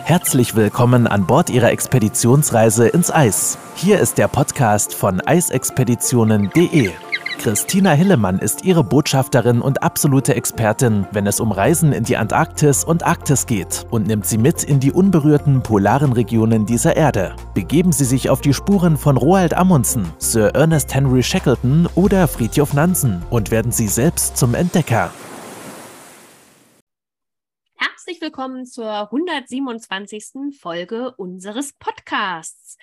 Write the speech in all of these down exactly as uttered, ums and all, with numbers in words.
Herzlich willkommen an Bord Ihrer Expeditionsreise ins Eis. Hier ist der Podcast von eisexpeditionen punkt de. Christina Hillemann ist Ihre Botschafterin und absolute Expertin, wenn es um Reisen in die Antarktis und Arktis geht, und nimmt Sie mit in die unberührten polaren Regionen dieser Erde. Begeben Sie sich auf die Spuren von Roald Amundsen, Sir Ernest Henry Shackleton oder Fridtjof Nansen und werden Sie selbst zum Entdecker. Herzlich willkommen zur hundertsiebenundzwanzigsten Folge unseres Podcasts.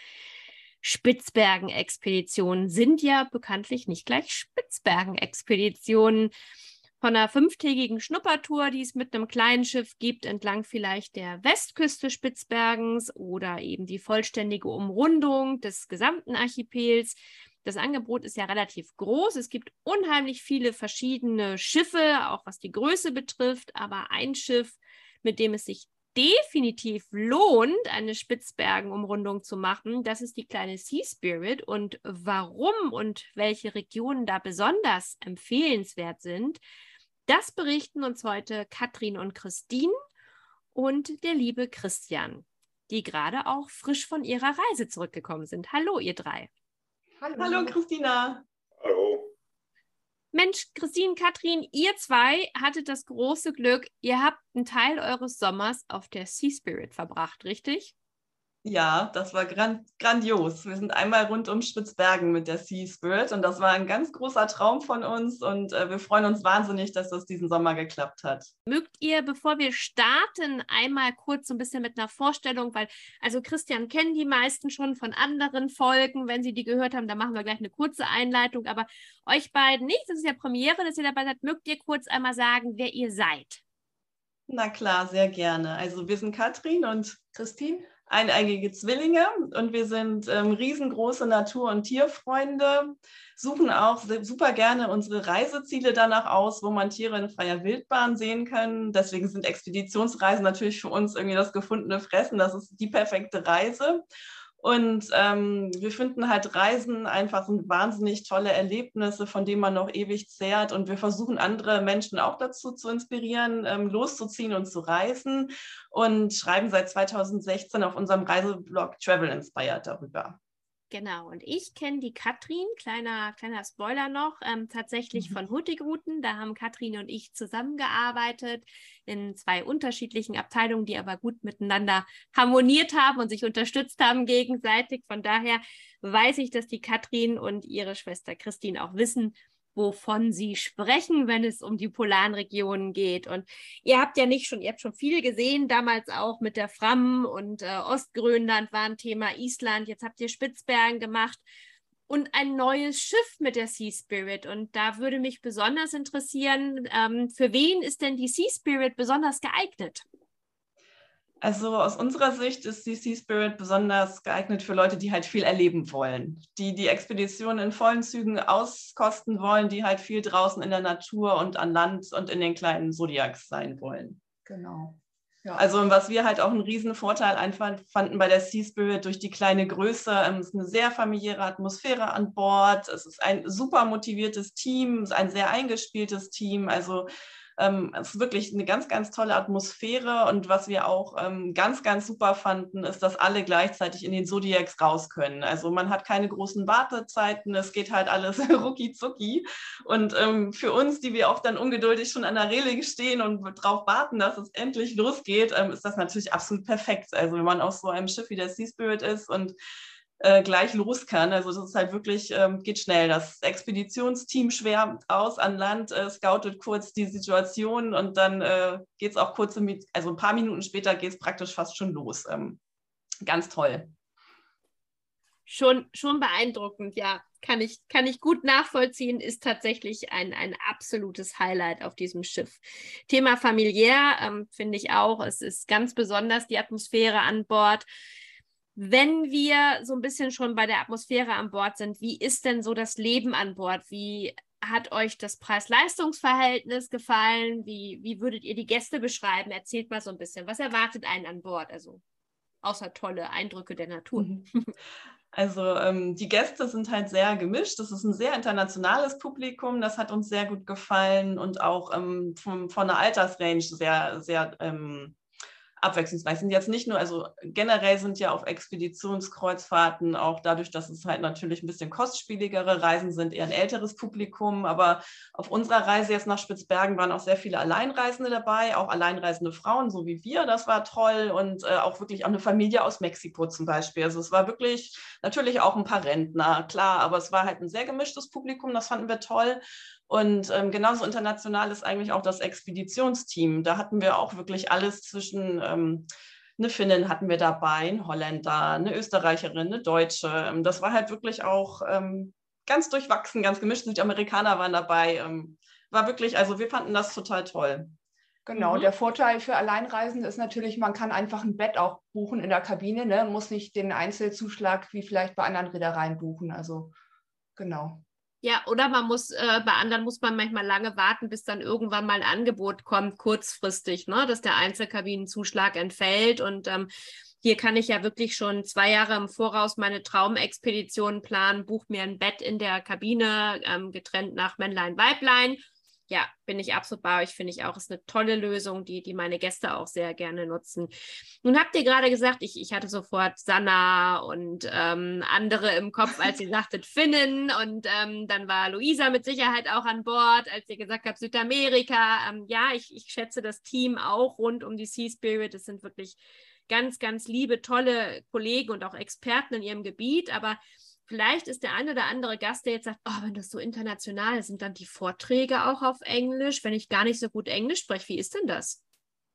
Spitzbergen-Expeditionen sind ja bekanntlich nicht gleich Spitzbergen-Expeditionen. Von einer fünftägigen Schnuppertour, die es mit einem kleinen Schiff gibt, entlang vielleicht der Westküste Spitzbergens oder eben die vollständige Umrundung des gesamten Archipels. Das Angebot ist ja relativ groß. Es gibt unheimlich viele verschiedene Schiffe, auch was die Größe betrifft, aber ein Schiff, mit dem es sich definitiv lohnt, eine Spitzbergen-Umrundung zu machen, das ist die kleine Sea Spirit. Und warum und welche Regionen da besonders empfehlenswert sind, das berichten uns heute Katrin und Christine und der liebe Christian, die gerade auch frisch von ihrer Reise zurückgekommen sind. Hallo, ihr drei. Hallo, Hallo Christina. Hallo. Mensch, Christine, Katrin, ihr zwei hattet das große Glück, ihr habt einen Teil eures Sommers auf der Sea Spirit verbracht, richtig? Ja, das war grand, grandios. Wir sind einmal rund um Spitzbergen mit der Sea Spirit und das war ein ganz großer Traum von uns und äh, wir freuen uns wahnsinnig, dass das diesen Sommer geklappt hat. Mögt ihr, bevor wir starten, einmal kurz so ein bisschen mit einer Vorstellung, weil, also Christian kennen die meisten schon von anderen Folgen, wenn sie die gehört haben, da machen wir gleich eine kurze Einleitung, aber euch beiden nicht, das ist ja Premiere, dass ihr dabei seid, mögt ihr kurz einmal sagen, wer ihr seid? Na klar, sehr gerne. Also wir sind Katrin und Christine. Eineigige Zwillinge und wir sind ähm, riesengroße Natur- und Tierfreunde, suchen auch super gerne unsere Reiseziele danach aus, wo man Tiere in freier Wildbahn sehen kann. Deswegen sind Expeditionsreisen natürlich für uns irgendwie das gefundene Fressen. Das ist die perfekte Reise. Und ähm, wir finden halt Reisen einfach sind wahnsinnig tolle Erlebnisse, von denen man noch ewig zehrt. Und wir versuchen andere Menschen auch dazu zu inspirieren, ähm, loszuziehen und zu reisen. Und schreiben seit zweitausendsechzehn auf unserem Reiseblog Travel Inspired darüber. Genau, und ich kenne die Katrin, kleiner, kleiner Spoiler noch, ähm, tatsächlich Mhm. von Hurtigruten. Da haben Katrin und ich zusammengearbeitet in zwei unterschiedlichen Abteilungen, die aber gut miteinander harmoniert haben und sich unterstützt haben gegenseitig. Von daher weiß ich, dass die Katrin und ihre Schwester Christine auch wissen, wovon sie sprechen, wenn es um die polaren Regionen geht. Und ihr habt ja nicht schon, ihr habt schon viel gesehen, damals auch mit der Fram und äh, Ostgrönland war ein Thema, Island, jetzt habt ihr Spitzbergen gemacht und ein neues Schiff mit der Sea Spirit. Und da würde mich besonders interessieren, ähm, für wen ist denn die Sea Spirit besonders geeignet? Also aus unserer Sicht ist die Sea Spirit besonders geeignet für Leute, die halt viel erleben wollen, die die Expedition in vollen Zügen auskosten wollen, die halt viel draußen in der Natur und an Land und in den kleinen Zodiacs sein wollen. Genau. Ja. Also was wir halt auch einen riesen Vorteil einfach fanden bei der Sea Spirit durch die kleine Größe, es ist eine sehr familiäre Atmosphäre an Bord, es ist ein super motiviertes Team, es ist ein sehr eingespieltes Team, also Ähm, es ist wirklich eine ganz, ganz tolle Atmosphäre und was wir auch ähm, ganz, ganz super fanden, ist, dass alle gleichzeitig in den Zodiacs raus können. Also man hat keine großen Wartezeiten, es geht halt alles rucki zucki und ähm, für uns, die wir auch dann ungeduldig schon an der Reling stehen und darauf warten, dass es endlich losgeht, ähm, ist das natürlich absolut perfekt. Also wenn man auf so einem Schiff wie der Sea Spirit ist und Äh, gleich los kann. Also das ist halt wirklich, ähm, geht schnell. Das Expeditionsteam schwärmt aus an Land, äh, scoutet kurz die Situation und dann äh, geht es auch kurze, also ein paar Minuten später geht es praktisch fast schon los. Ähm, ganz toll. Schon, schon beeindruckend, ja. Kann ich, kann ich gut nachvollziehen, ist tatsächlich ein, ein absolutes Highlight auf diesem Schiff. Thema familiär ähm, finde ich auch. Es ist ganz besonders die Atmosphäre an Bord. Wenn wir so ein bisschen schon bei der Atmosphäre an Bord sind, wie ist denn so das Leben an Bord? Wie hat euch das Preis-Leistungs-Verhältnis gefallen? Wie, wie würdet ihr die Gäste beschreiben? Erzählt mal so ein bisschen. Was erwartet einen an Bord? Also außer tolle Eindrücke der Natur. Mhm. Also ähm, die Gäste sind halt sehr gemischt. Das ist ein sehr internationales Publikum. Das hat uns sehr gut gefallen und auch ähm, vom, von der Altersrange sehr, sehr ähm, abwechslungsreich. Sind jetzt nicht nur, also generell sind ja auf Expeditionskreuzfahrten auch dadurch, dass es halt natürlich ein bisschen kostspieligere Reisen sind, eher ein älteres Publikum, aber auf unserer Reise jetzt nach Spitzbergen waren auch sehr viele Alleinreisende dabei, auch alleinreisende Frauen, so wie wir, das war toll und äh, auch wirklich auch eine Familie aus Mexiko zum Beispiel. Also es war wirklich, natürlich auch ein paar Rentner, klar, aber es war halt ein sehr gemischtes Publikum, das fanden wir toll. Und ähm, genauso international ist eigentlich auch das Expeditionsteam. Da hatten wir auch wirklich alles zwischen, ähm, eine Finnin hatten wir dabei, ein Holländer, eine Österreicherin, eine Deutsche. Das war halt wirklich auch ähm, ganz durchwachsen, ganz gemischt. Südamerikaner waren dabei. Ähm, war wirklich, also wir fanden das total toll. Genau, Mhm. der Vorteil für Alleinreisende ist natürlich, man kann einfach ein Bett auch buchen in der Kabine, ne? Muss nicht den Einzelzuschlag wie vielleicht bei anderen Reedereien buchen. Also genau. Ja, oder man muss, äh, bei anderen muss man manchmal lange warten, bis dann irgendwann mal ein Angebot kommt, kurzfristig, ne, dass der Einzelkabinenzuschlag entfällt. Und ähm, hier kann ich ja wirklich schon zwei Jahre im Voraus meine Traumexpedition planen, buche mir ein Bett in der Kabine, ähm, getrennt nach Männlein, Weiblein. Ja, bin ich absolut bei euch, finde ich auch, ist eine tolle Lösung, die, die meine Gäste auch sehr gerne nutzen. Nun habt ihr gerade gesagt, ich, ich hatte sofort Sanna und ähm, andere im Kopf, als ihr sagtet Finnen und ähm, dann war Luisa mit Sicherheit auch an Bord, als ihr gesagt habt Südamerika. Ähm, ja, ich, ich schätze das Team auch rund um die Seaspirit. Es sind wirklich ganz, ganz liebe, tolle Kollegen und auch Experten in ihrem Gebiet, aber vielleicht ist der eine oder andere Gast, der jetzt sagt, oh, wenn das so international ist, sind dann die Vorträge auch auf Englisch, wenn ich gar nicht so gut Englisch spreche. Wie ist denn das?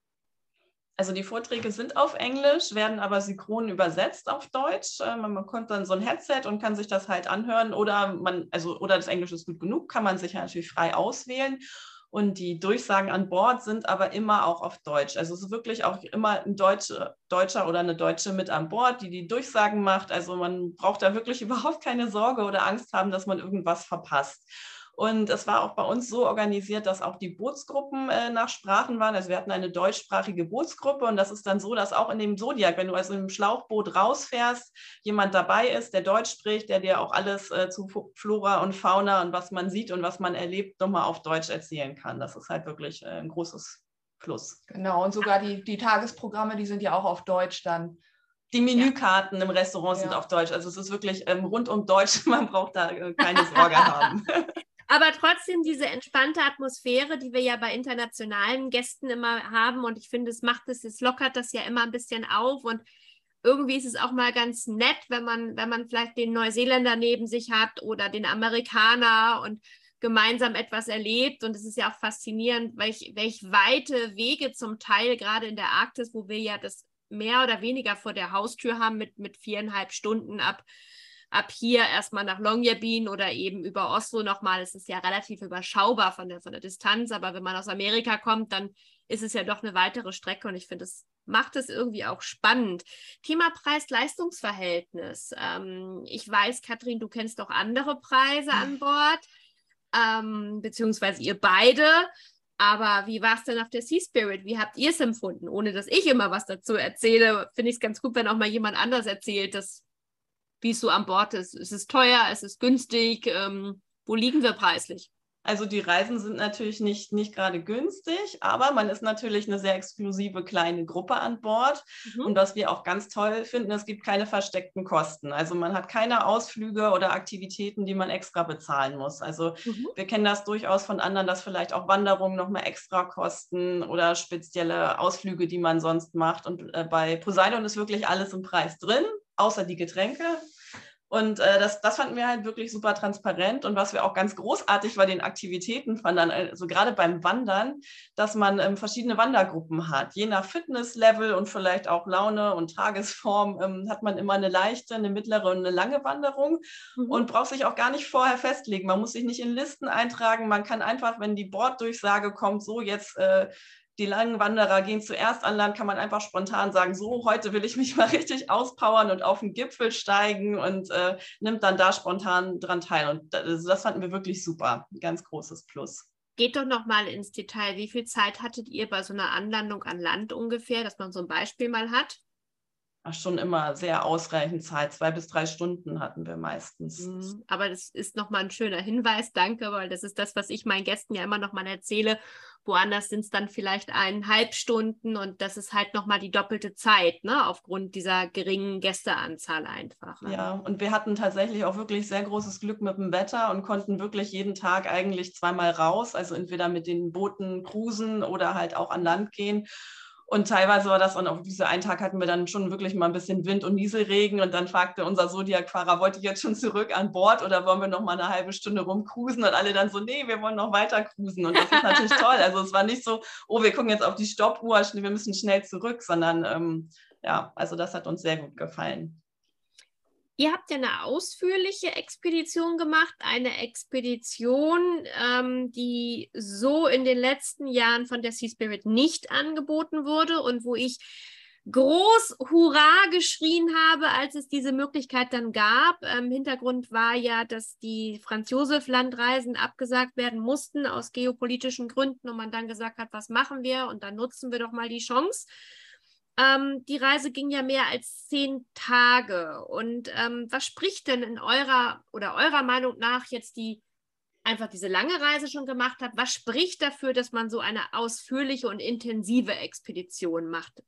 Also die Vorträge sind auf Englisch, werden aber synchron übersetzt auf Deutsch. Man bekommt dann so ein Headset und kann sich das halt anhören oder man, also oder das Englisch ist gut genug, kann man sich ja natürlich frei auswählen. Und die Durchsagen an Bord sind aber immer auch auf Deutsch. Also es ist wirklich auch immer ein Deutsche, Deutscher oder eine Deutsche mit an Bord, die die Durchsagen macht. Also man braucht da wirklich überhaupt keine Sorge oder Angst haben, dass man irgendwas verpasst. Und es war auch bei uns so organisiert, dass auch die Bootsgruppen äh, nach Sprachen waren. Also wir hatten eine deutschsprachige Bootsgruppe und das ist dann so, dass auch in dem Zodiac, wenn du also im Schlauchboot rausfährst, jemand dabei ist, der Deutsch spricht, der dir auch alles äh, zu Flora und Fauna und was man sieht und was man erlebt, nochmal auf Deutsch erzählen kann. Das ist halt wirklich äh, ein großes Plus. Genau, und sogar die, die Tagesprogramme, die sind ja auch auf Deutsch dann. Die Menükarten ja. im Restaurant sind ja. auf Deutsch. Also es ist wirklich ähm, rundum Deutsch. Man braucht da äh, keine Sorge haben. Aber trotzdem diese entspannte Atmosphäre, die wir ja bei internationalen Gästen immer haben. Und ich finde, es macht es, es lockert das ja immer ein bisschen auf. Und irgendwie ist es auch mal ganz nett, wenn man, wenn man vielleicht den Neuseeländer neben sich hat oder den Amerikaner und gemeinsam etwas erlebt. Und es ist ja auch faszinierend, welch, welch weite Wege zum Teil, gerade in der Arktis, wo wir ja das mehr oder weniger vor der Haustür haben mit, mit viereinhalb Stunden ab ab hier erstmal nach Longyearbyen oder eben über Oslo nochmal. Es ist ja relativ überschaubar von der, von der Distanz, aber wenn man aus Amerika kommt, dann ist es ja doch eine weitere Strecke und ich finde, es macht es irgendwie auch spannend. Thema Preis-Leistungs-Verhältnis. Ähm, ich weiß, Katrin, du kennst doch andere Preise an Bord, ähm, beziehungsweise ihr beide. Aber wie war es denn auf der Seaspirit? Wie habt ihr es empfunden? Ohne dass ich immer was dazu erzähle, finde ich es ganz gut, wenn auch mal jemand anders erzählt, dass wie es so an Bord ist. Ist es teuer? Ist es günstig? Ähm, wo liegen wir preislich? Also die Reisen sind natürlich nicht, nicht gerade günstig, aber man ist natürlich eine sehr exklusive kleine Gruppe an Bord. Mhm. Und was wir auch ganz toll finden, es gibt keine versteckten Kosten. Also man hat keine Ausflüge oder Aktivitäten, die man extra bezahlen muss. Also mhm. wir kennen das durchaus von anderen, dass vielleicht auch Wanderungen nochmal extra kosten oder spezielle Ausflüge, die man sonst macht. Und äh, bei Poseidon ist wirklich alles im Preis drin, außer die Getränke. Und äh, das, das fanden wir halt wirklich super transparent. Und was wir auch ganz großartig bei den Aktivitäten fanden, also gerade beim Wandern, dass man ähm, verschiedene Wandergruppen hat. Je nach Fitnesslevel und vielleicht auch Laune und Tagesform ähm, hat man immer eine leichte, eine mittlere und eine lange Wanderung mhm. und braucht sich auch gar nicht vorher festlegen. Man muss sich nicht in Listen eintragen. Man kann einfach, wenn die Borddurchsage kommt, so jetzt äh, die langen Wanderer gehen zuerst an Land, kann man einfach spontan sagen, so, heute will ich mich mal richtig auspowern und auf den Gipfel steigen und äh, nimmt dann da spontan dran teil. Und das, das fanden wir wirklich super. Ein ganz großes Plus. Geht doch noch mal ins Detail. Wie viel Zeit hattet ihr bei so einer Anlandung an Land ungefähr, dass man so ein Beispiel mal hat? schon immer sehr ausreichend Zeit. Zwei bis drei Stunden hatten wir meistens. Mhm. Aber das ist nochmal ein schöner Hinweis, danke, weil das ist das, was ich meinen Gästen ja immer nochmal erzähle. Woanders sind es dann vielleicht eineinhalb Stunden und das ist halt nochmal die doppelte Zeit, ne, aufgrund dieser geringen Gästeanzahl einfach. Ja, und wir hatten tatsächlich auch wirklich sehr großes Glück mit dem Wetter und konnten wirklich jeden Tag eigentlich zweimal raus, also entweder mit den Booten cruisen oder halt auch an Land gehen. Und teilweise war das dann auf diese einen Tag hatten wir dann schon wirklich mal ein bisschen Wind und Nieselregen und dann fragte unser Zodiac-Fahrer, wollt ihr jetzt schon zurück an Bord oder wollen wir noch mal eine halbe Stunde rumcruisen? Und alle dann so, nee, wir wollen noch weiter cruisen. Und das ist natürlich toll. Also es war nicht so, oh, wir gucken jetzt auf die Stoppuhr, wir müssen schnell zurück, sondern ähm, ja, also das hat uns sehr gut gefallen. Ihr habt ja eine ausführliche Expedition gemacht, eine Expedition, ähm, die so in den letzten Jahren von der Seaspirit nicht angeboten wurde und wo ich groß Hurra geschrien habe, als es diese Möglichkeit dann gab. Ähm, Hintergrund war ja, dass die Franz-Josef-Land-Reisen abgesagt werden mussten aus geopolitischen Gründen und man dann gesagt hat, was machen wir? Und dann nutzen wir doch mal die Chance. Ähm, die Reise ging ja mehr als zehn Tage. Und ähm, was spricht denn in eurer oder eurer Meinung nach jetzt die einfach diese lange Reise schon gemacht hat? Was spricht dafür, dass man so eine ausführliche und intensive Expedition macht?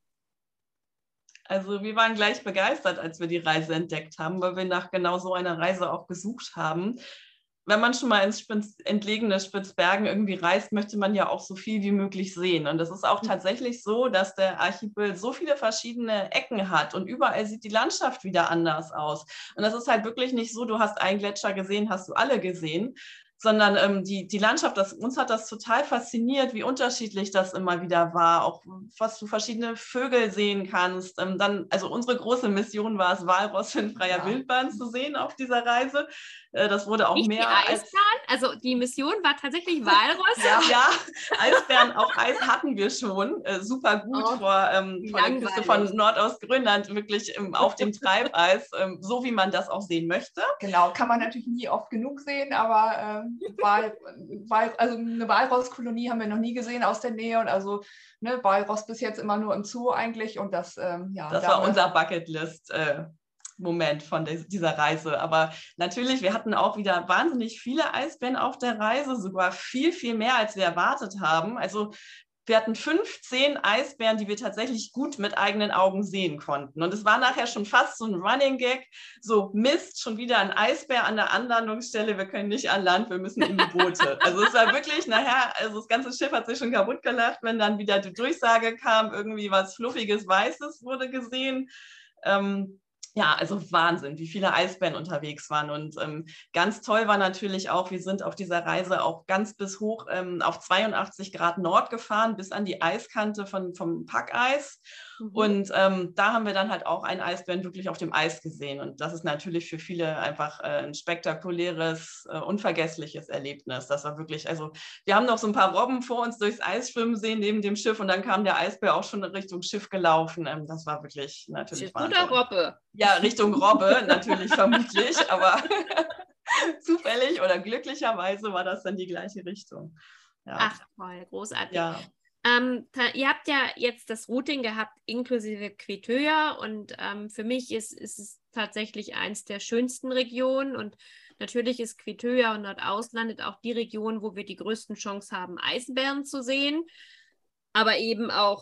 Also wir waren gleich begeistert, als wir die Reise entdeckt haben, weil wir nach genau so einer Reise auch gesucht haben. Wenn man schon mal ins Spitz, entlegene Spitzbergen irgendwie reist, möchte man ja auch so viel wie möglich sehen. Und es ist auch tatsächlich so, dass der Archipel so viele verschiedene Ecken hat und überall sieht die Landschaft wieder anders aus. Und das ist halt wirklich nicht so, du hast einen Gletscher gesehen, hast du alle gesehen, sondern ähm, die, die Landschaft, das, uns hat das total fasziniert, wie unterschiedlich das immer wieder war, auch was du verschiedene Vögel sehen kannst. Ähm, dann, also unsere große Mission war es, Walross in freier ja. Wildbahn zu sehen auf dieser Reise. Äh, das wurde auch Nicht mehr die Eisbären? Als... Also die Mission war tatsächlich Walross? ja, ja, Eisbären, auch Eis hatten wir schon, äh, super gut oh, vor, ähm, vor der Küste von Nordostgrönland, wirklich ähm, auf dem Treibeis, ähm, so wie man das auch sehen möchte. Genau, kann man natürlich nie oft genug sehen, aber ähm, Wal, Wal, also eine Walross-Kolonie haben wir noch nie gesehen aus der Nähe und also ne, Walross bis jetzt immer nur im Zoo eigentlich und das, ähm, ja. Das war unser Bucketlist äh, Moment von dieser Reise. Aber natürlich, wir hatten auch wieder wahnsinnig viele Eisbären auf der Reise, sogar viel, viel mehr, als wir erwartet haben. Also wir hatten fünfzehn Eisbären, die wir tatsächlich gut mit eigenen Augen sehen konnten. Und es war nachher schon fast so ein Running Gag, so Mist, schon wieder ein Eisbär an der Anlandungsstelle, wir können nicht an Land, wir müssen in die Boote. Also es war wirklich nachher, also das ganze Schiff hat sich schon kaputt gelacht, wenn dann wieder die Durchsage kam, irgendwie was Fluffiges, Weißes wurde gesehen. Ähm, Ja, also Wahnsinn, wie viele Eisbären unterwegs waren. Und ähm, ganz toll war natürlich auch, wir sind auf dieser Reise auch ganz bis hoch ähm, auf zweiundachtzig Grad Nord gefahren, bis an die Eiskante von, vom Packeis. Mhm. Und ähm, da haben wir dann halt auch einen Eisbären wirklich auf dem Eis gesehen. Und das ist natürlich für viele einfach äh, ein spektakuläres, äh, unvergessliches Erlebnis. Das war wirklich, also wir haben noch so ein paar Robben vor uns durchs Eis schwimmen sehen neben dem Schiff und dann kam der Eisbär auch schon Richtung Schiff gelaufen. Ähm, das war wirklich natürlich Schiff oder Robbe? Ja, Richtung Robbe natürlich vermutlich, aber zufällig oder glücklicherweise war das dann die gleiche Richtung. Ja. Ach toll, großartig. Ja. Ähm, da, ihr habt ja jetzt das Routing gehabt inklusive Kvitøya und ähm, für mich ist, ist es tatsächlich eins der schönsten Regionen und natürlich ist Kvitøya und Nordauslandet auch die Region, wo wir die größten Chancen haben, Eisbären zu sehen, aber eben auch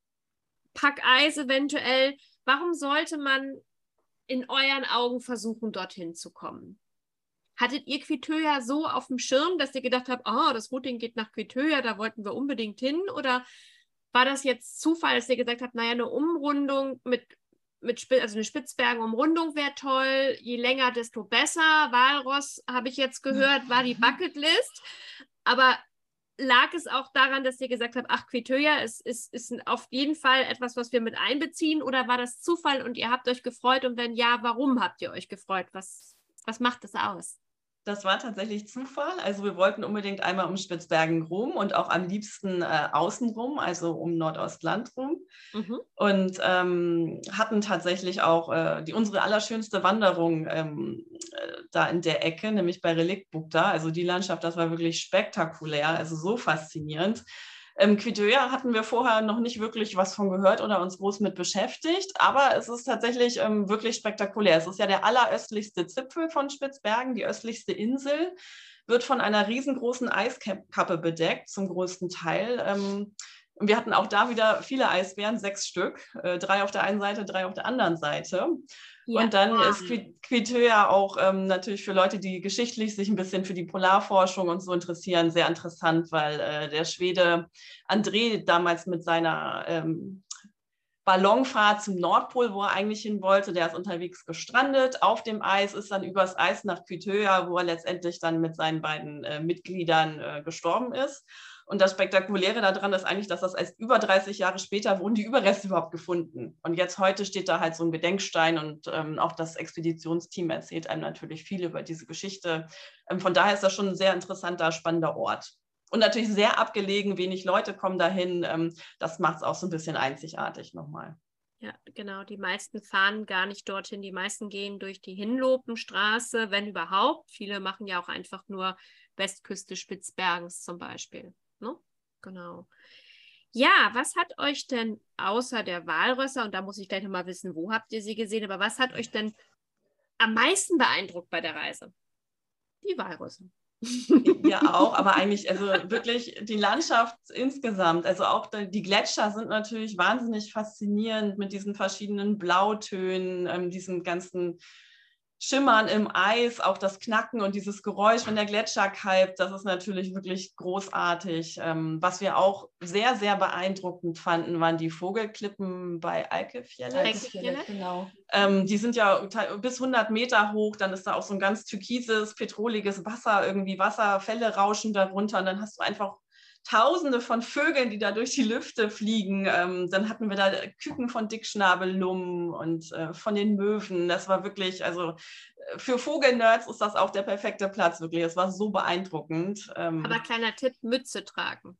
Packeis eventuell. Warum sollte man in euren Augen versuchen, dorthin zu kommen? Hattet ihr Kvitøya so auf dem Schirm, dass ihr gedacht habt, oh, das Routing geht nach Kvitøya, da wollten wir unbedingt hin? Oder war das jetzt Zufall, dass ihr gesagt habt, naja, eine Umrundung mit, mit Spitz, also eine Spitzbergen-Umrundung wäre toll, je länger, desto besser. Walross, habe ich jetzt gehört, war die Bucketlist. Aber lag es auch daran, dass ihr gesagt habt, ach, Kvitøya ist, ist, ist auf jeden Fall etwas, was wir mit einbeziehen? Oder war das Zufall und ihr habt euch gefreut? Und wenn ja, warum habt ihr euch gefreut? Was, was macht das aus? Das war tatsächlich Zufall. Also wir wollten unbedingt einmal um Spitzbergen rum und auch am liebsten äh, außenrum, also um Nordostland rum. Mhm. Und ähm, hatten tatsächlich auch äh, die, unsere allerschönste Wanderung ähm, äh, da in der Ecke, nämlich bei Reliktbukta. Also die Landschaft, das war wirklich spektakulär, also so faszinierend. Ähm, Kvitøya hatten wir vorher noch nicht wirklich was von gehört oder uns groß mit beschäftigt, aber es ist tatsächlich ähm, wirklich spektakulär. Es ist ja der alleröstlichste Zipfel von Spitzbergen, die östlichste Insel, wird von einer riesengroßen Eiskappe bedeckt, zum größten Teil. Ähm, und wir hatten auch da wieder viele Eisbären, sechs Stück, äh, drei auf der einen Seite, drei auf der anderen Seite. Ja. Und dann ist Kvitøya auch ähm, natürlich für Leute, die geschichtlich sich ein bisschen für die Polarforschung und so interessieren, sehr interessant, weil äh, der Schwede André damals mit seiner ähm, Ballonfahrt zum Nordpol, wo er eigentlich hin wollte, der ist unterwegs gestrandet auf dem Eis, ist dann übers Eis nach Kvitøya, wo er letztendlich dann mit seinen beiden äh, Mitgliedern äh, gestorben ist. Und das Spektakuläre daran ist eigentlich, dass das erst über dreißig Jahre später wurden die Überreste überhaupt gefunden. Und jetzt heute steht da halt so ein Gedenkstein und ähm, auch das Expeditionsteam erzählt einem natürlich viel über diese Geschichte. Ähm, von daher ist das schon ein sehr interessanter, spannender Ort. Und natürlich sehr abgelegen, wenig Leute kommen dahin. Ähm, das macht es auch so ein bisschen einzigartig nochmal. Ja, genau. Die meisten fahren gar nicht dorthin. Die meisten gehen durch die Hinlopenstraße, wenn überhaupt. Viele machen ja auch einfach nur Westküste Spitzbergens zum Beispiel. Ne? Genau. Ja, was hat euch denn außer der Walrösser, und da muss ich gleich nochmal wissen, wo habt ihr sie gesehen, aber was hat euch denn am meisten beeindruckt bei der Reise? Die Walrösser. Ja, auch, aber eigentlich, also wirklich die Landschaft insgesamt, also auch die Gletscher sind natürlich wahnsinnig faszinierend mit diesen verschiedenen Blautönen, ähm, diesen ganzen Schimmern im Eis, auch das Knacken und dieses Geräusch, wenn der Gletscher kalbt, das ist natürlich wirklich großartig. Ähm, was wir auch sehr, sehr beeindruckend fanden, waren die Vogelklippen bei Eikefjellet. Eikefjellet, genau. Ähm, die sind ja bis hundert Meter hoch, dann ist da auch so ein ganz türkises, petroliges Wasser, irgendwie Wasserfälle rauschen darunter und dann hast du einfach Tausende von Vögeln, die da durch die Lüfte fliegen. Ähm, dann hatten wir da Küken von Dickschnabellummen und äh, von den Möwen. Das war wirklich, also für Vogelnerds ist das auch der perfekte Platz, wirklich. Es war so beeindruckend. Ähm, Aber kleiner Tipp, Mütze tragen.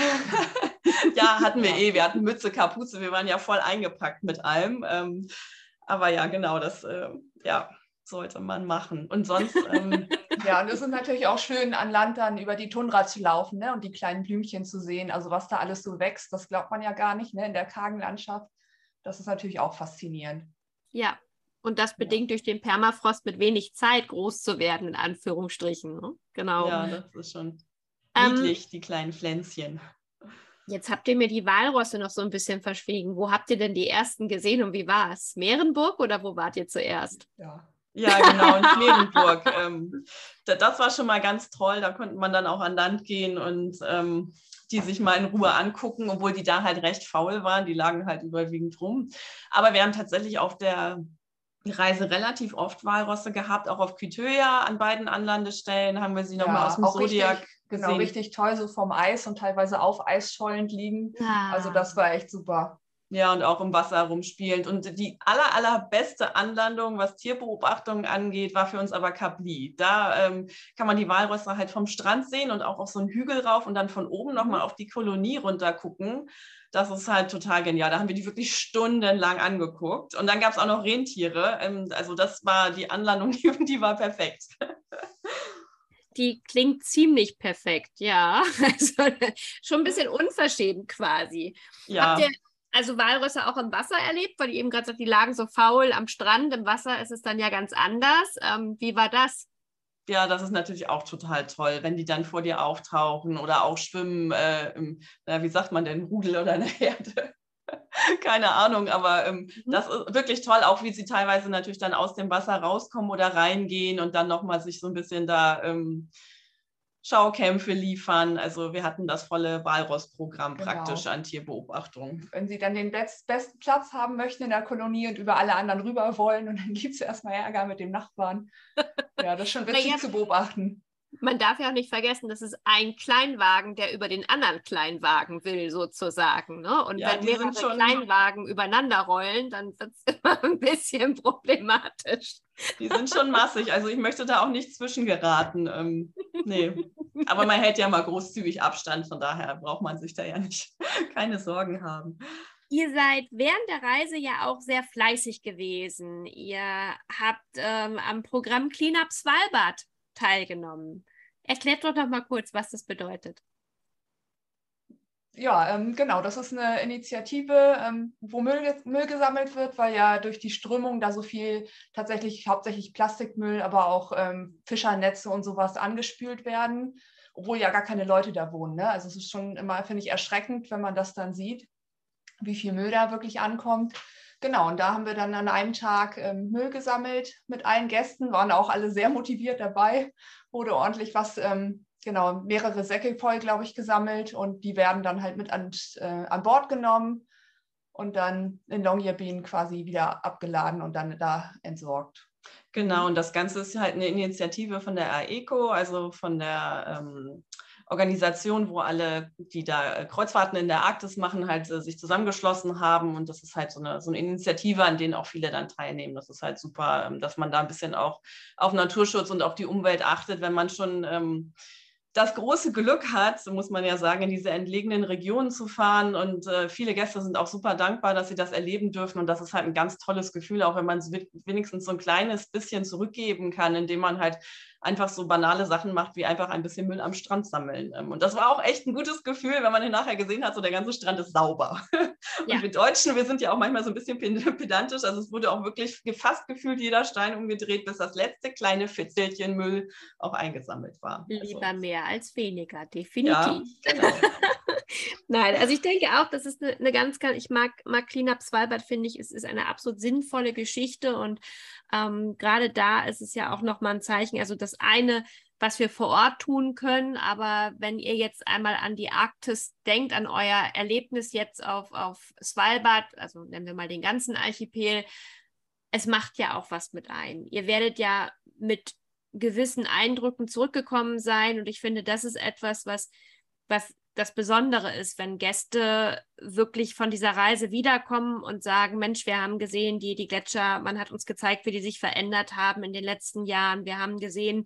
Ja, hatten wir eh. Wir hatten Mütze, Kapuze. Wir waren ja voll eingepackt mit allem. Ähm, aber ja, genau, das äh, ja, sollte man machen. Und sonst... Ähm, Ja, und es ist natürlich auch schön, an Land dann über die Tundra zu laufen, ne, und die kleinen Blümchen zu sehen. Also was da alles so wächst, das glaubt man ja gar nicht, ne, in der kargen Landschaft. Das ist natürlich auch faszinierend. Ja, und das bedingt ja. durch den Permafrost mit wenig Zeit groß zu werden, in Anführungsstrichen. Ne? Genau. Ja, das ist schon niedlich, ähm, die kleinen Pflänzchen. Jetzt habt ihr mir die Walrosse noch so ein bisschen verschwiegen. Wo habt ihr denn die ersten gesehen und wie war es? Meerenburg oder wo wart ihr zuerst? Ja. Ja, genau, in Meerenburg. ähm, das war schon mal ganz toll. Da konnte man dann auch an Land gehen und ähm, die sich mal in Ruhe angucken, obwohl die da halt recht faul waren. Die lagen halt überwiegend rum. Aber wir haben tatsächlich auf der Reise relativ oft Walrosse gehabt, auch auf Kvitøya an beiden Anlandestellen haben wir sie nochmal ja, aus dem Zodiac richtig, gesehen. Genau, richtig toll, so vom Eis und teilweise auf Eisschollen liegen. Ah. Also das war echt super. Ja, und auch im Wasser rumspielend. Und die aller, allerbeste Anlandung, was Tierbeobachtungen angeht, war für uns aber Kap Li. Da ähm, kann man die Walrösser halt vom Strand sehen und auch auf so einen Hügel rauf und dann von oben nochmal auf die Kolonie runter gucken. Das ist halt total genial. Da haben wir die wirklich stundenlang angeguckt. Und dann gab es auch noch Rentiere. Ähm, also das war die Anlandung, die, die war perfekt. Die klingt ziemlich perfekt, ja. Also schon ein bisschen unverschämt quasi. Ja. Habt ihr also Walrösser auch im Wasser erlebt? Weil ihr eben gerade sagt, die lagen so faul am Strand. Im Wasser ist es dann ja ganz anders. Ähm, wie war das? Ja, das ist natürlich auch total toll, wenn die dann vor dir auftauchen oder auch schwimmen, äh, im, na, wie sagt man denn, Rudel oder eine Herde? Keine Ahnung, aber ähm, mhm. das ist wirklich toll, auch wie sie teilweise natürlich dann aus dem Wasser rauskommen oder reingehen und dann nochmal sich so ein bisschen da ähm, Schaukämpfe liefern. Also wir hatten das volle Walross-Programm genau. praktisch an Tierbeobachtung. Wenn sie dann den best, besten Platz haben möchten in der Kolonie und über alle anderen rüber wollen und dann gibt es erstmal Ärger mit dem Nachbarn. Ja, das ist schon witzig ja, zu beobachten. Man darf ja auch nicht vergessen, das ist ein Kleinwagen, der über den anderen Kleinwagen will, sozusagen. Ne? Und ja, wenn mehrere schon... Kleinwagen übereinander rollen, dann wird es immer ein bisschen problematisch. Die sind schon massig, also ich möchte da auch nicht zwischengeraten. Ähm, nee. Aber man hält ja mal großzügig Abstand, von daher braucht man sich da ja nicht keine Sorgen haben. Ihr seid während der Reise ja auch sehr fleißig gewesen. Ihr habt ähm, am Programm Cleanup Svalbard teilgenommen. Erklärt doch noch mal kurz, was das bedeutet. Ja, ähm, genau, das ist eine Initiative, ähm, wo Müll, Müll gesammelt wird, weil ja durch die Strömung da so viel tatsächlich hauptsächlich Plastikmüll, aber auch ähm, Fischernetze und sowas angespült werden, obwohl ja gar keine Leute da wohnen. Ne? Also es ist schon immer, finde ich, erschreckend, wenn man das dann sieht, wie viel Müll da wirklich ankommt. Genau, und da haben wir dann an einem Tag ähm, Müll gesammelt mit allen Gästen, waren auch alle sehr motiviert dabei, wurde ordentlich was... Ähm, Genau, mehrere Säcke voll, glaube ich, gesammelt und die werden dann halt mit an, äh, an Bord genommen und dann in Longyearbyen quasi wieder abgeladen und dann da entsorgt. Genau, und das Ganze ist halt eine Initiative von der AECO, also von der ähm, Organisation, wo alle, die da Kreuzfahrten in der Arktis machen, halt äh, sich zusammengeschlossen haben. Und das ist halt so eine, so eine Initiative, an denen auch viele dann teilnehmen. Das ist halt super, ähm, dass man da ein bisschen auch auf Naturschutz und auf die Umwelt achtet, wenn man schon... Ähm, das große Glück hat, muss man ja sagen, in diese entlegenen Regionen zu fahren. Und äh, viele Gäste sind auch super dankbar, dass sie das erleben dürfen. Und das ist halt ein ganz tolles Gefühl, auch wenn man wenigstens so ein kleines bisschen zurückgeben kann, indem man halt einfach so banale Sachen macht, wie einfach ein bisschen Müll am Strand sammeln. Und das war auch echt ein gutes Gefühl, wenn man ihn nachher gesehen hat, so der ganze Strand ist sauber. Und ja. Wir Deutschen, wir sind ja auch manchmal so ein bisschen pedantisch. Also es wurde auch wirklich fast gefühlt jeder Stein umgedreht, bis das letzte kleine Fitzelchen Müll auch eingesammelt war. Lieber also, mehr als weniger, definitiv. Ja, genau. Nein, also ich denke auch, das ist eine, eine ganz, ganz, ich mag, mag Cleanup Svalbard, finde ich, es ist eine absolut sinnvolle Geschichte und ähm, gerade da ist es ja auch nochmal ein Zeichen, also das eine, was wir vor Ort tun können, aber wenn ihr jetzt einmal an die Arktis denkt, an euer Erlebnis jetzt auf, auf Svalbard, also nennen wir mal den ganzen Archipel, es macht ja auch was mit ein. Ihr werdet ja mit gewissen Eindrücken zurückgekommen sein und ich finde, das ist etwas, was, was das Besondere ist, wenn Gäste wirklich von dieser Reise wiederkommen und sagen, Mensch, wir haben gesehen, die, die Gletscher, man hat uns gezeigt, wie die sich verändert haben in den letzten Jahren. Wir haben gesehen,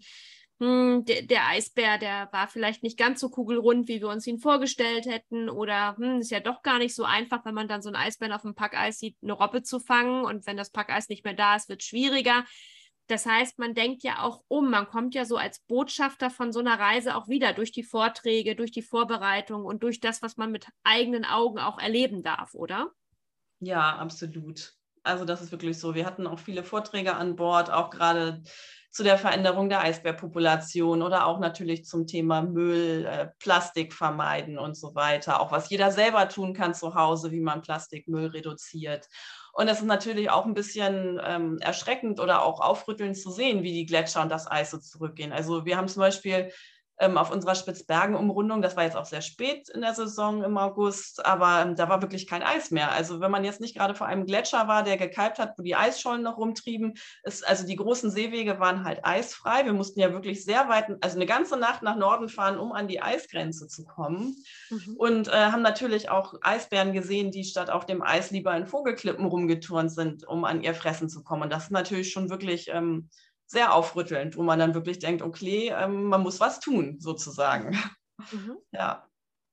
hm, der, der Eisbär, der war vielleicht nicht ganz so kugelrund, wie wir uns ihn vorgestellt hätten oder hm, ist ja doch gar nicht so einfach, wenn man dann so einen Eisbären auf dem Packeis sieht, eine Robbe zu fangen und wenn das Packeis nicht mehr da ist, wird es schwieriger. Das heißt, man denkt ja auch um, man kommt ja so als Botschafter von so einer Reise auch wieder durch die Vorträge, durch die Vorbereitung und durch das, was man mit eigenen Augen auch erleben darf, oder? Ja, absolut. Also das ist wirklich so. Wir hatten auch viele Vorträge an Bord, auch gerade zu der Veränderung der Eisbärpopulation oder auch natürlich zum Thema Müll, äh, Plastik vermeiden und so weiter. Auch was jeder selber tun kann zu Hause, wie man Plastikmüll reduziert. Und es ist natürlich auch ein bisschen ähm, erschreckend oder auch aufrüttelnd zu sehen, wie die Gletscher und das Eis so zurückgehen. Also wir haben zum Beispiel ähm, auf unserer Spitzbergen-Umrundung, das war jetzt auch sehr spät in der Saison im August, aber ähm, da war wirklich kein Eis mehr. Also wenn man jetzt nicht gerade vor einem Gletscher war, der gekalbt hat, wo die Eisschollen noch rumtrieben, ist, also die großen Seewege waren halt eisfrei. Wir mussten ja wirklich sehr weit, also eine ganze Nacht nach Norden fahren, um an die Eisgrenze zu kommen. Mhm. Und äh, haben natürlich auch Eisbären gesehen, die statt auf dem Eis lieber in Vogelklippen rumgeturnt sind, um an ihr Fressen zu kommen. Und das ist natürlich schon wirklich ähm, sehr aufrüttelnd, wo man dann wirklich denkt, okay, ähm, man muss was tun, sozusagen. Mhm. Ja.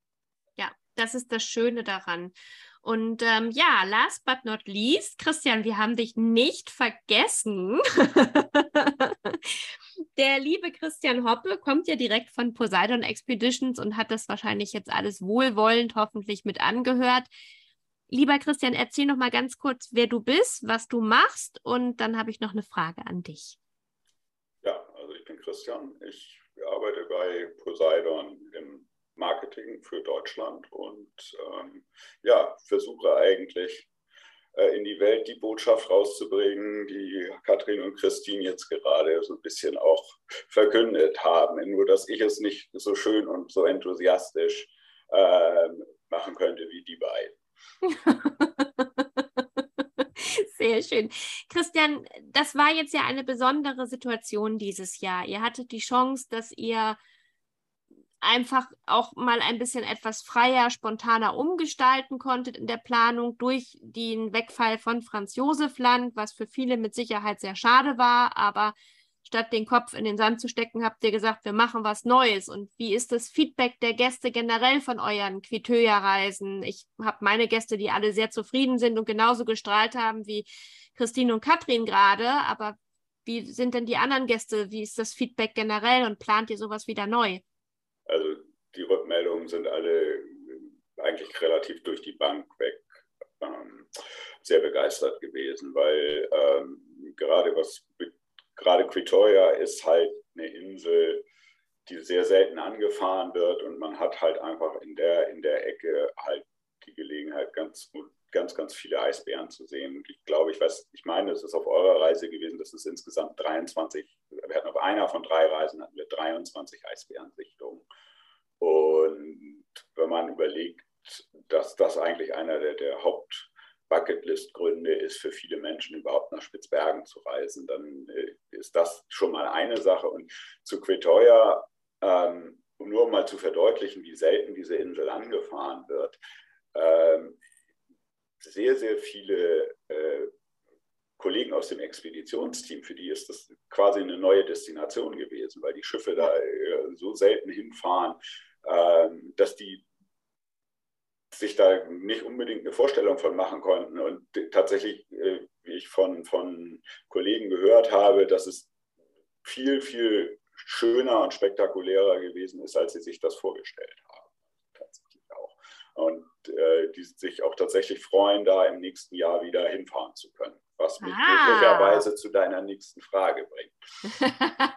Ja, das ist das Schöne daran. Und ähm, ja, last but not least, Christian, wir haben dich nicht vergessen. Der liebe Christian Hoppe kommt ja direkt von Poseidon Expeditions und hat das wahrscheinlich jetzt alles wohlwollend hoffentlich mit angehört. Lieber Christian, erzähl noch mal ganz kurz, wer du bist, was du machst und dann habe ich noch eine Frage an dich. Ja, also ich bin Christian. Ich arbeite bei Poseidon im Marketing für Deutschland und ähm, ja, versuche eigentlich äh, in die Welt die Botschaft rauszubringen, die Katrin und Christine jetzt gerade so ein bisschen auch verkündet haben. Nur, dass ich es nicht so schön und so enthusiastisch äh, machen könnte wie die beiden. Sehr schön. Christian, das war jetzt ja eine besondere Situation dieses Jahr. Ihr hattet die Chance, dass ihr einfach auch mal ein bisschen etwas freier, spontaner umgestalten konntet in der Planung durch den Wegfall von Franz Josef Land, was für viele mit Sicherheit sehr schade war, aber statt den Kopf in den Sand zu stecken, habt ihr gesagt, wir machen was Neues. Und wie ist das Feedback der Gäste generell von euren Quitoya-Reisen? Ich habe meine Gäste, die alle sehr zufrieden sind und genauso gestrahlt haben wie Christine und Katrin gerade. Aber wie sind denn die anderen Gäste? Wie ist das Feedback generell und plant ihr sowas wieder neu? Also die Rückmeldungen sind alle eigentlich relativ durch die Bank weg ähm, sehr begeistert gewesen, weil ähm, gerade was gerade Quitoria ist halt eine Insel, die sehr selten angefahren wird, und man hat halt einfach in der, in der Ecke halt die Gelegenheit, ganz, ganz, ganz viele Eisbären zu sehen. Und ich glaube, ich weiß, ich meine, es ist auf eurer Reise gewesen, das ist insgesamt dreiundzwanzig, wir hatten auf einer von drei Reisen hatten wir dreiundzwanzig Eisbärensichtungen. Und wenn man überlegt, dass das eigentlich einer der, der Haupt Bucketlist-Gründe ist für viele Menschen, überhaupt nach Spitzbergen zu reisen, dann äh, ist das schon mal eine Sache. Und zu Quitoria, ähm, um nur mal zu verdeutlichen, wie selten diese Insel angefahren wird, ähm, sehr, sehr viele äh, Kollegen aus dem Expeditionsteam, für die ist das quasi eine neue Destination gewesen, weil die Schiffe da äh, so selten hinfahren, äh, dass die sich da nicht unbedingt eine Vorstellung von machen konnten. Und tatsächlich, wie ich von, von Kollegen gehört habe, dass es viel, viel schöner und spektakulärer gewesen ist, als sie sich das vorgestellt haben. Tatsächlich auch. Und äh, die sich auch tatsächlich freuen, da im nächsten Jahr wieder hinfahren zu können. Was mich ah. möglicherweise zu deiner nächsten Frage bringt.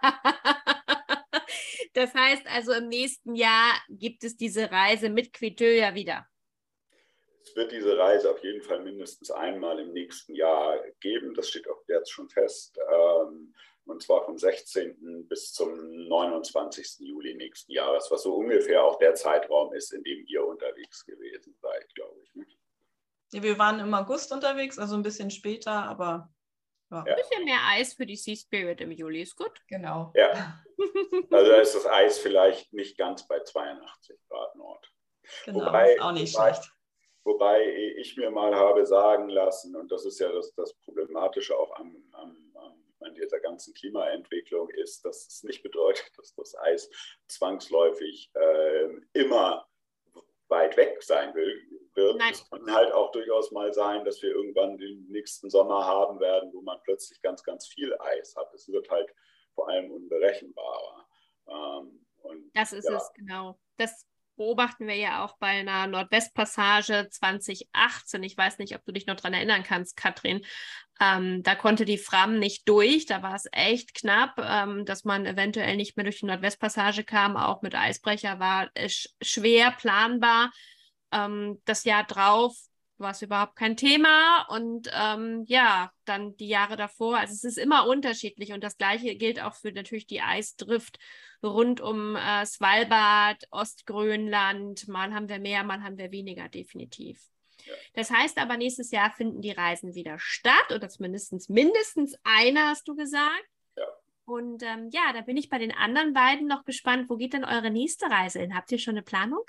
Das heißt also, im nächsten Jahr gibt es diese Reise mit Quitoria wieder. Es wird diese Reise auf jeden Fall mindestens einmal im nächsten Jahr geben. Das steht auch jetzt schon fest. Und zwar vom sechzehnten bis zum neunundzwanzigsten Juli nächsten Jahres, was so ungefähr auch der Zeitraum ist, in dem ihr unterwegs gewesen seid, glaube ich. Ja, wir waren im August unterwegs, also ein bisschen später, aber ja. Ein bisschen mehr Eis für die Sea Spirit im Juli ist gut. Genau. Ja. Also da ist das Eis vielleicht nicht ganz bei zweiundachtzig Grad Nord. Genau, wobei, ist auch nicht wobei, schlecht. Wobei ich mir mal habe sagen lassen, und das ist ja das, das Problematische auch an, an, an dieser ganzen Klimaentwicklung ist, dass es nicht bedeutet, dass das Eis zwangsläufig äh, immer weit weg sein will, wird. Nein. Es kann halt auch durchaus mal sein, dass wir irgendwann den nächsten Sommer haben werden, wo man plötzlich ganz, ganz viel Eis hat. Es wird halt vor allem unberechenbarer. Ähm, und, das ist ja. es, genau. Das beobachten wir ja auch bei einer Nordwestpassage zwanzig achtzehn. Ich weiß nicht, ob du dich noch daran erinnern kannst, Katrin. Ähm, da konnte die Fram nicht durch. Da war es echt knapp, ähm, dass man eventuell nicht mehr durch die Nordwestpassage kam. Auch mit Eisbrecher war es schwer planbar. Ähm, das Jahr drauf war es überhaupt kein Thema. Und ähm, ja, dann die Jahre davor. Also es ist immer unterschiedlich. Und das Gleiche gilt auch für natürlich die Eisdrift rund um äh, Svalbard, Ostgrönland. Mal haben wir mehr, mal haben wir weniger, definitiv. Ja. Das heißt aber, nächstes Jahr finden die Reisen wieder statt, oder zumindest mindestens eine, hast du gesagt. Ja. Und ähm, ja, da bin ich bei den anderen beiden noch gespannt. Wo geht denn eure nächste Reise hin? Habt ihr schon eine Planung?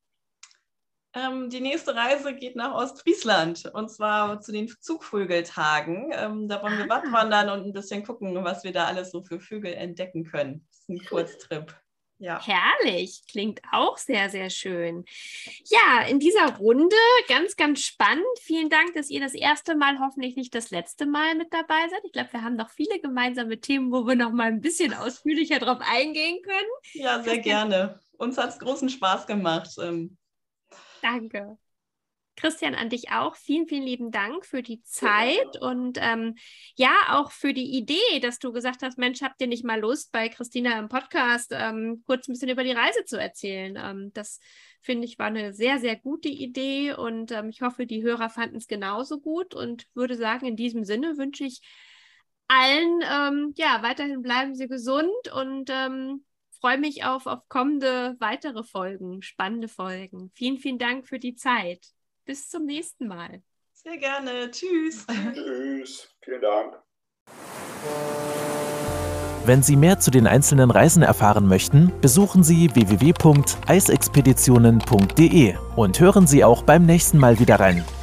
Ähm, die nächste Reise geht nach Ostfriesland, und zwar zu den Zugvögeltagen. Ähm, da wollen wir ah. wattwandern und ein bisschen gucken, was wir da alles so für Vögel entdecken können. Das ist ein Kurztrip. Ja. Herrlich, klingt auch sehr, sehr schön. Ja, in dieser Runde ganz, ganz spannend. Vielen Dank, dass ihr das erste Mal, hoffentlich nicht das letzte Mal mit dabei seid. Ich glaube, wir haben noch viele gemeinsame Themen, wo wir noch mal ein bisschen ausführlicher drauf eingehen können. Ja, sehr gerne. Uns hat es großen Spaß gemacht. Ähm, Danke. Christian, an dich auch. Vielen, vielen lieben Dank für die Zeit und ähm, ja, auch für die Idee, dass du gesagt hast, Mensch, habt ihr nicht mal Lust, bei Christina im Podcast ähm, kurz ein bisschen über die Reise zu erzählen? Ähm, das, finde ich, war eine sehr, sehr gute Idee und ähm, ich hoffe, die Hörer fanden es genauso gut und würde sagen, in diesem Sinne wünsche ich allen, ähm, ja, weiterhin bleiben Sie gesund und ähm, freue mich auf, auf kommende weitere Folgen, spannende Folgen. Vielen, vielen Dank für die Zeit. Bis zum nächsten Mal. Sehr gerne. Tschüss. Tschüss. Vielen Dank. Wenn Sie mehr zu den einzelnen Reisen erfahren möchten, besuchen Sie w w w punkt eisexpeditionen punkt d e und hören Sie auch beim nächsten Mal wieder rein.